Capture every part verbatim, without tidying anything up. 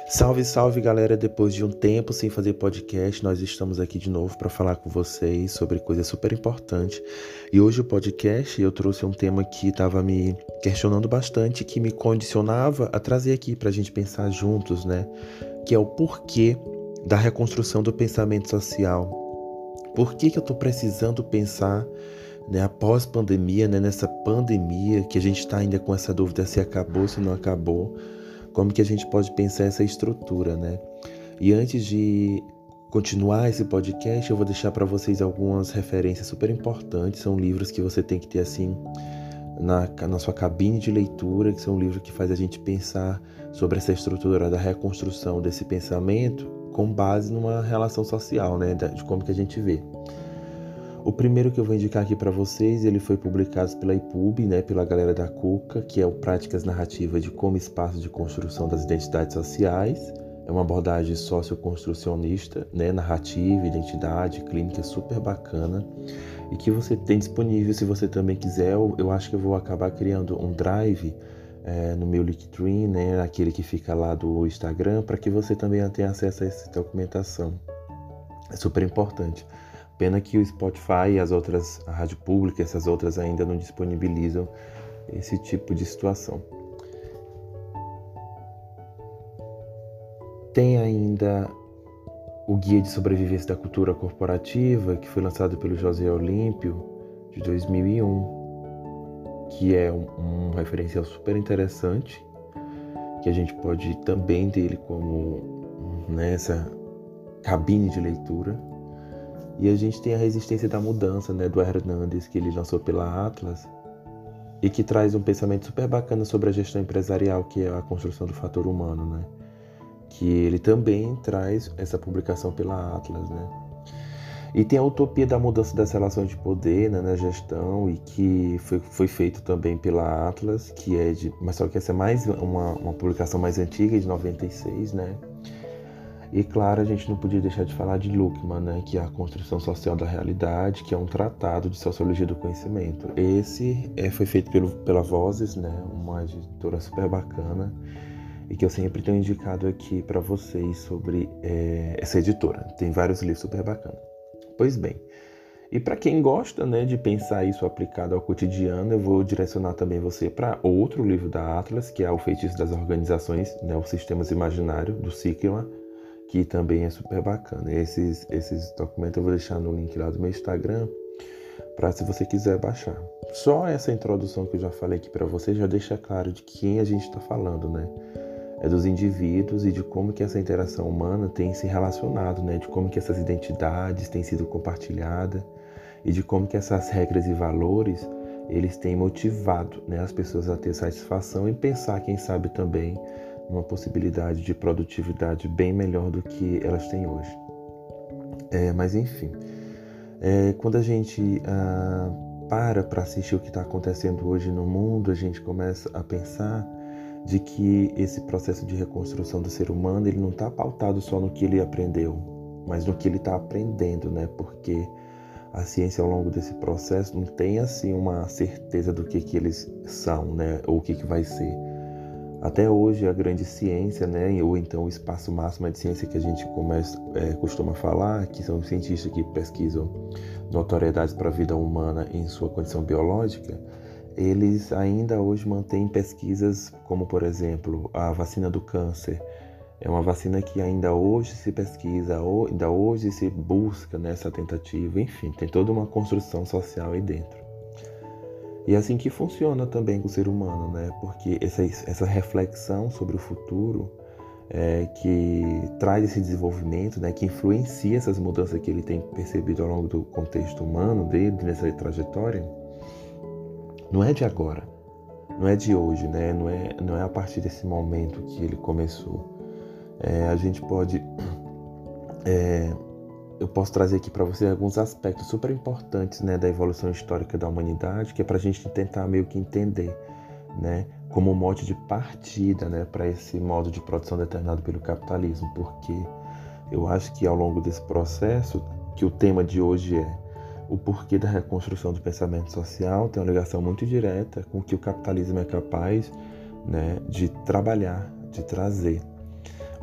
Salve, salve galera! Depois de um tempo sem fazer podcast, nós estamos aqui de novo para falar com vocês sobre coisa super importante. E hoje o podcast eu trouxe um tema que estava me questionando bastante, que me condicionava a trazer aqui para a gente pensar juntos, né? Que é o porquê da reconstrução do pensamento social. Por que que eu estou precisando pensar, né, após pandemia, né, nessa pandemia, que a gente está ainda com essa dúvida se acabou, se não acabou, como que a gente pode pensar essa estrutura, né? E antes de continuar esse podcast, eu vou deixar para vocês algumas referências super importantes. São livros que você tem que ter assim na, na sua cabine de leitura, que são livros que faz a gente pensar sobre essa estrutura da reconstrução desse pensamento com base numa relação social, né? De como que a gente vê. O primeiro que eu vou indicar aqui para vocês, ele foi publicado pela I P U B, né, pela galera da Cuca, que é o Práticas Narrativas de como Espaço de Construção das Identidades Sociais. É uma abordagem socioconstrucionista, né, narrativa, identidade, clínica, super bacana. E que você tem disponível, se você também quiser, eu, eu acho que eu vou acabar criando um drive é, no meu Linktree, né, aquele que fica lá do Instagram, para que você também tenha acesso a essa documentação. É super importante. Pena que o Spotify e as outras, a rádio pública, essas outras ainda não disponibilizam esse tipo de situação. Tem ainda o Guia de Sobrevivência da Cultura Corporativa, que foi lançado pelo José Olímpio, de dois mil e um, que é um, um referencial super interessante, que a gente pode também ter ele como nessa cabine de leitura. E a gente tem a Resistência da Mudança, né, do Hernandes, que ele lançou pela Atlas, e que traz um pensamento super bacana sobre a gestão empresarial, que é a construção do fator humano, né? Que ele também traz essa publicação pela Atlas, né? E tem a Utopia da Mudança das Relações de Poder, né, na gestão, e que foi, foi feito também pela Atlas, que é de... Mas só que essa é mais uma, uma publicação mais antiga, de noventa e seis, né? E claro, a gente não podia deixar de falar de Luckmann, né, que é a Construção Social da Realidade, que é um tratado de sociologia do conhecimento. Esse é, foi feito pelo, pela Vozes, né, uma editora super bacana, e que eu sempre tenho indicado aqui para vocês sobre é, essa editora. Tem vários livros super bacanas. Pois bem, e para quem gosta, né, de pensar isso aplicado ao cotidiano, eu vou direcionar também você para outro livro da Atlas, que é O Feitiço das Organizações, né, Os Sistemas Imaginários, do Sickler, que também é super bacana. Esses, esses documentos eu vou deixar no link lá do meu Instagram, para se você quiser baixar. Só essa introdução que eu já falei aqui para você já deixa claro de quem a gente está falando, né? É dos indivíduos e de como que essa interação humana tem se relacionado, né? De como que essas identidades têm sido compartilhadas e de como que essas regras e valores eles têm motivado, né, as pessoas a ter satisfação e pensar, quem sabe também, uma possibilidade de produtividade bem melhor do que elas têm hoje. É, mas enfim, é, quando a gente ah, para para assistir o que está acontecendo hoje no mundo, a gente começa a pensar de que esse processo de reconstrução do ser humano ele não está pautado só no que ele aprendeu, mas no que ele está aprendendo, né? Porque a ciência ao longo desse processo não tem assim uma certeza do que, que eles são, né? Ou o que, que vai ser. Até hoje a grande ciência, né, ou então o espaço máximo de ciência que a gente começa, é, costuma falar, que são os cientistas que pesquisam notoriedades para a vida humana em sua condição biológica, eles ainda hoje mantêm pesquisas como, por exemplo, a vacina do câncer. É uma vacina que ainda hoje se pesquisa, ainda hoje se busca nessa tentativa, enfim, tem toda uma construção social aí dentro. E é assim que funciona também com o ser humano, né? Porque essa, essa reflexão sobre o futuro é, que traz esse desenvolvimento, né? Que influencia essas mudanças que ele tem percebido ao longo do contexto humano dele, nessa trajetória, não é de agora, não é de hoje, né? Não é, não é a partir desse momento que ele começou. É, a gente pode... É, eu posso trazer aqui para você alguns aspectos super importantes, né, da evolução histórica da humanidade, que é para a gente tentar meio que entender, né, como mote de partida, né, para esse modo de produção determinado pelo capitalismo, porque eu acho que ao longo desse processo, que o tema de hoje é o porquê da reconstrução do pensamento social, tem uma ligação muito direta com o que o capitalismo é capaz, né, de trabalhar, de trazer.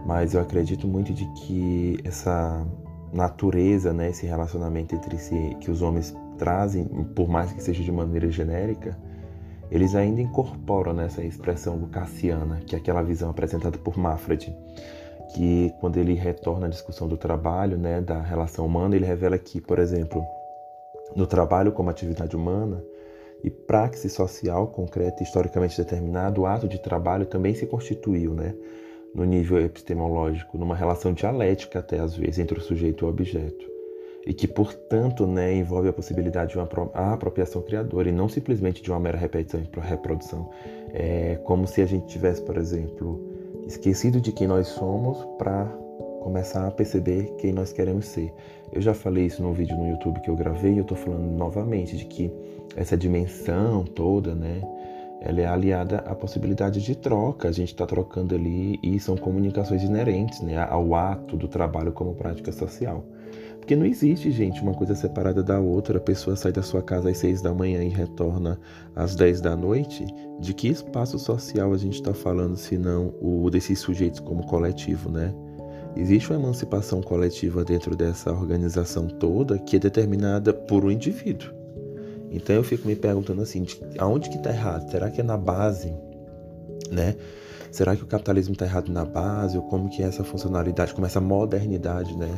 mas eu acredito muito de que essa natureza, né, esse relacionamento entre si que os homens trazem, por mais que seja de maneira genérica, eles ainda incorporam nessa expressão lucassiana, que é aquela visão apresentada por Manfred, que quando ele retorna à discussão do trabalho, né, da relação humana, ele revela que, por exemplo, no trabalho como atividade humana e praxe social concreta e historicamente determinado, o ato de trabalho também se constituiu, né, no nível epistemológico, numa relação dialética até às vezes entre o sujeito e o objeto, e que, portanto, né, envolve a possibilidade de uma apropriação criadora e não simplesmente de uma mera repetição e reprodução. É como se a gente tivesse, por exemplo, esquecido de quem nós somos para começar a perceber quem nós queremos ser. Eu já falei isso num vídeo no YouTube que eu gravei e eu estou falando novamente de que essa dimensão toda, né, ela é aliada à possibilidade de troca. A gente está trocando ali e são comunicações inerentes, né, ao ato do trabalho como prática social. Porque não existe, gente, uma coisa separada da outra. A pessoa sai da sua casa às seis da manhã e retorna às dez da noite. De que espaço social a gente está falando, se não o desses sujeitos como coletivo, né? Existe uma emancipação coletiva dentro dessa organização toda que é determinada por um indivíduo. Então eu fico me perguntando assim, de, aonde que está errado? Será que é na base, né? Será que o capitalismo está errado na base? Ou como que é essa funcionalidade, como essa modernidade, né?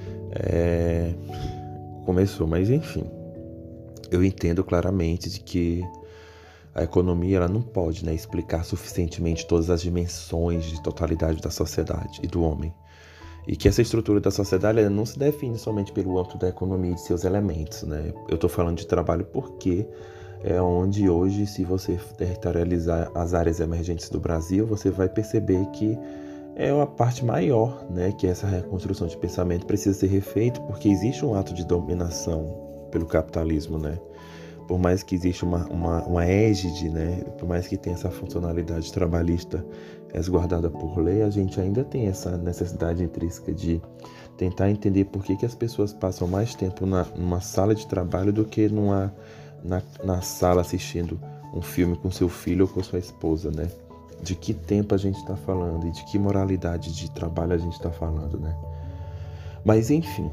É, começou, mas enfim, eu entendo claramente de que a economia ela não pode, né, explicar suficientemente todas as dimensões de totalidade da sociedade e do homem, e que essa estrutura da sociedade ela não se define somente pelo âmbito da economia e de seus elementos, né? Eu estou falando de trabalho porque é onde hoje, se você territorializar as áreas emergentes do Brasil, você vai perceber que é uma parte maior, né, que essa reconstrução de pensamento precisa ser refeita, porque existe um ato de dominação pelo capitalismo, né? Por mais que exista uma, uma, uma égide, né, por mais que tenha essa funcionalidade trabalhista resguardada por lei, a gente ainda tem essa necessidade intrínseca de tentar entender por que, que as pessoas passam mais tempo na, numa sala de trabalho do que numa, na, na sala assistindo um filme com seu filho ou com sua esposa, né? De que tempo a gente está falando e de que moralidade de trabalho a gente está falando, né? Mas, enfim,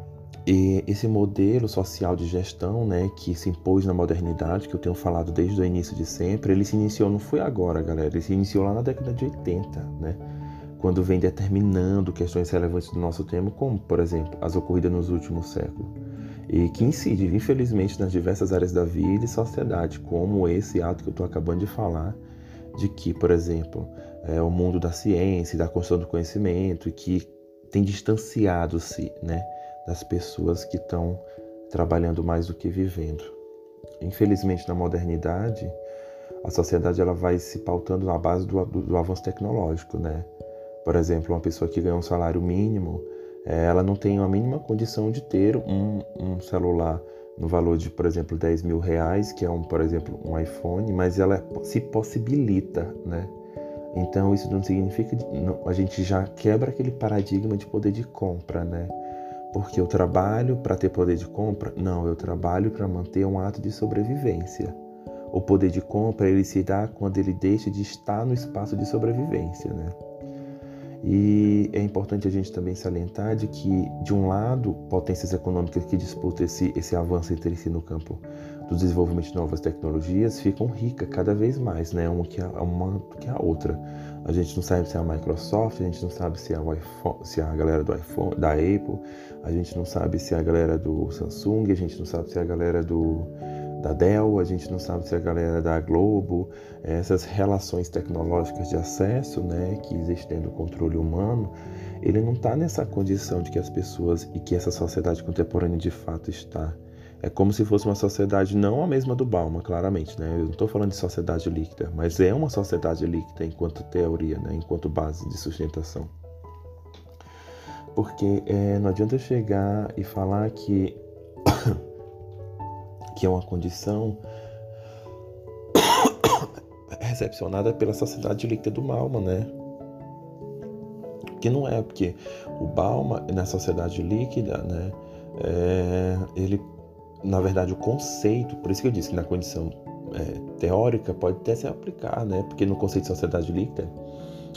esse modelo social de gestão, né, que se impôs na modernidade, que eu tenho falado desde o início de sempre, ele se iniciou, não foi agora, galera, ele se iniciou lá na década de oitenta, né? Quando vem determinando questões relevantes do nosso tempo, como, por exemplo, as ocorridas nos últimos séculos, e que incide, infelizmente, nas diversas áreas da vida e sociedade, como esse ato que eu estou acabando de falar, de que, por exemplo, é, o mundo da ciência e da construção do conhecimento e que tem distanciado-se, né, das pessoas que estão trabalhando mais do que vivendo. Infelizmente, na modernidade, a sociedade ela vai se pautando na base do, do, do avanço tecnológico, né? Por exemplo, uma pessoa que ganha um salário mínimo, é, ela não tem a mínima condição de ter um, um celular no valor de, por exemplo, dez mil reais, que é, um, por exemplo, um iPhone, mas ela se possibilita, né? Então, isso não significa... Não, a gente já quebra aquele paradigma de poder de compra, né? Porque eu trabalho para ter poder de compra? Não, eu trabalho para manter um ato de sobrevivência. O poder de compra, ele se dá quando ele deixa de estar no espaço de sobrevivência, né? E é importante a gente também salientar de que, de um lado, potências econômicas que disputam esse, esse avanço entre si no campo do desenvolvimento de novas tecnologias ficam ricas cada vez mais, né? Uma que a, uma que a outra. A gente não sabe se é a Microsoft, a gente não sabe se é, o iPhone, se é a galera do iPhone, da Apple, a gente não sabe se é a galera do Samsung, a gente não sabe se é a galera do... da Dell, a gente não sabe se é a galera da Globo, essas relações tecnológicas de acesso, né, que existem do controle humano, ele não está nessa condição de que as pessoas e que essa sociedade contemporânea de fato está. É como se fosse uma sociedade não a mesma do Bauman, claramente, né? Eu não estou falando de sociedade líquida, mas é uma sociedade líquida enquanto teoria, né, enquanto base de sustentação. Porque é, não adianta chegar e falar que que é uma condição recepcionada pela sociedade líquida do Bauman, né? Que não é, porque o Bauman, na sociedade líquida, né, é, ele, na verdade, o conceito, por isso que eu disse que na condição é, teórica pode até se aplicar, né? Porque no conceito de sociedade líquida,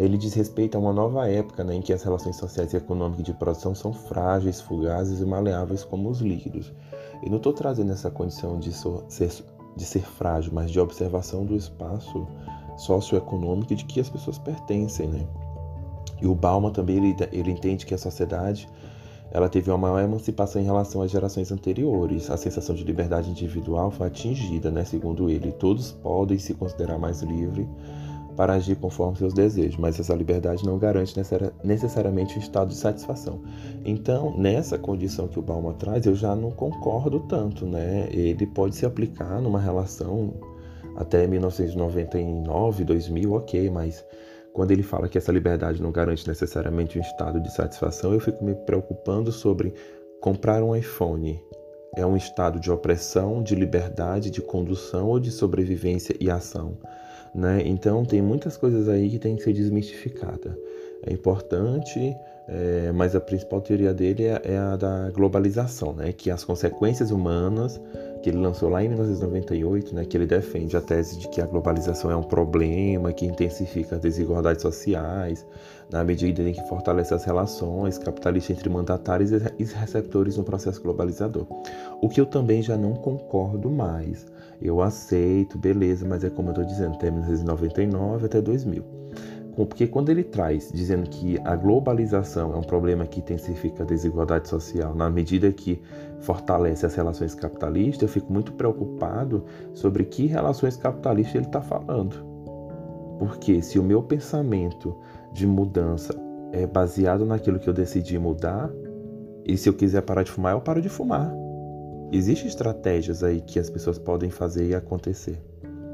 ele diz respeito a uma nova época, né, em que as relações sociais e econômicas de produção são frágeis, fugazes e maleáveis como os líquidos. Eu não estou trazendo essa condição de so, ser, de ser frágil, mas de observação do espaço socioeconômico de que as pessoas pertencem, né? E o Bauman também, ele, ele entende que a sociedade ela teve uma maior emancipação em relação às gerações anteriores. A sensação de liberdade individual foi atingida, né? Segundo ele, todos podem se considerar mais livres para agir conforme seus desejos, mas essa liberdade não garante necessariamente um estado de satisfação. Então, nessa condição que o Bauman traz, eu já não concordo tanto, né? Ele pode se aplicar numa relação até mil novecentos e noventa e nove, dois mil, ok, mas quando ele fala que essa liberdade não garante necessariamente um estado de satisfação, eu fico me preocupando sobre comprar um iPhone. É um estado de opressão, de liberdade, de condução ou de sobrevivência e ação? Né? Então tem muitas coisas aí que tem que ser desmistificada. É importante, é, mas a principal teoria dele é, é a da globalização, né? Que as consequências humanas, que ele lançou lá em mil novecentos e noventa e oito, né? Que ele defende a tese de que a globalização é um problema que intensifica as desigualdades sociais, na medida em que fortalece as relações capitalistas entre mandatários e receptores no processo globalizador. O que eu também já não concordo mais. Eu aceito, beleza, mas é como eu estou dizendo, até mil novecentos e noventa e nove até dois mil. Porque quando ele traz, dizendo que a globalização é um problema que intensifica a desigualdade social na medida que fortalece as relações capitalistas, eu fico muito preocupado sobre que relações capitalistas ele está falando. Porque se o meu pensamento de mudança é baseado naquilo que eu decidi mudar, e se eu quiser parar de fumar, eu paro de fumar. Existem estratégias aí que as pessoas podem fazer e acontecer.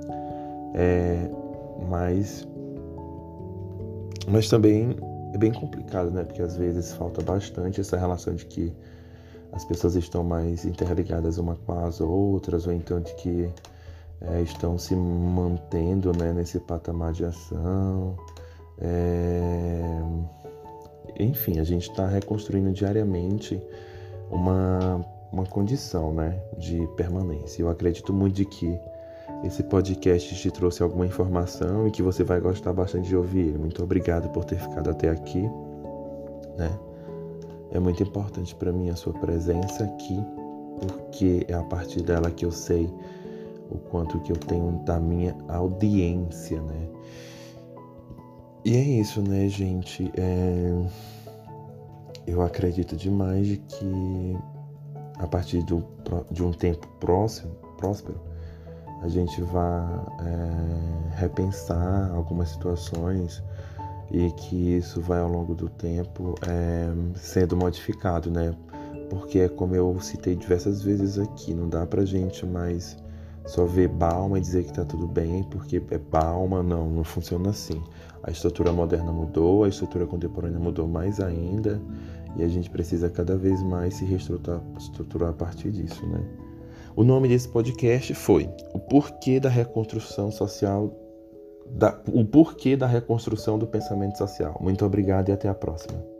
É, mas, mas também é bem complicado, né? Porque às vezes falta bastante essa relação de que as pessoas estão mais interligadas uma com as outras, ou então de que é, estão se mantendo, né, nesse patamar de ação. É, enfim, a gente está reconstruindo diariamente uma... uma condição, né, de permanência. Eu acredito muito de que esse podcast te trouxe alguma informação e que você vai gostar bastante de ouvir ele. Muito obrigado por ter ficado até aqui, né? É muito importante para mim a sua presença aqui, porque é a partir dela que eu sei o quanto que eu tenho da minha audiência, né? E é isso, né, gente? É... Eu acredito demais de que a partir do, de um tempo próximo, próspero, a gente vai é, repensar algumas situações e que isso vai ao longo do tempo é, sendo modificado, né? Porque é como eu citei diversas vezes aqui, não dá pra gente mais só ver Bauman e dizer que tá tudo bem, porque é Bauman, não, não funciona assim. A estrutura moderna mudou, a estrutura contemporânea mudou mais ainda, e a gente precisa cada vez mais se reestruturar estruturar a partir disso, né? O nome desse podcast foi O Porquê da Reconstrução Social, da, o Porquê da Reconstrução do Pensamento Social. Muito obrigado e até a próxima.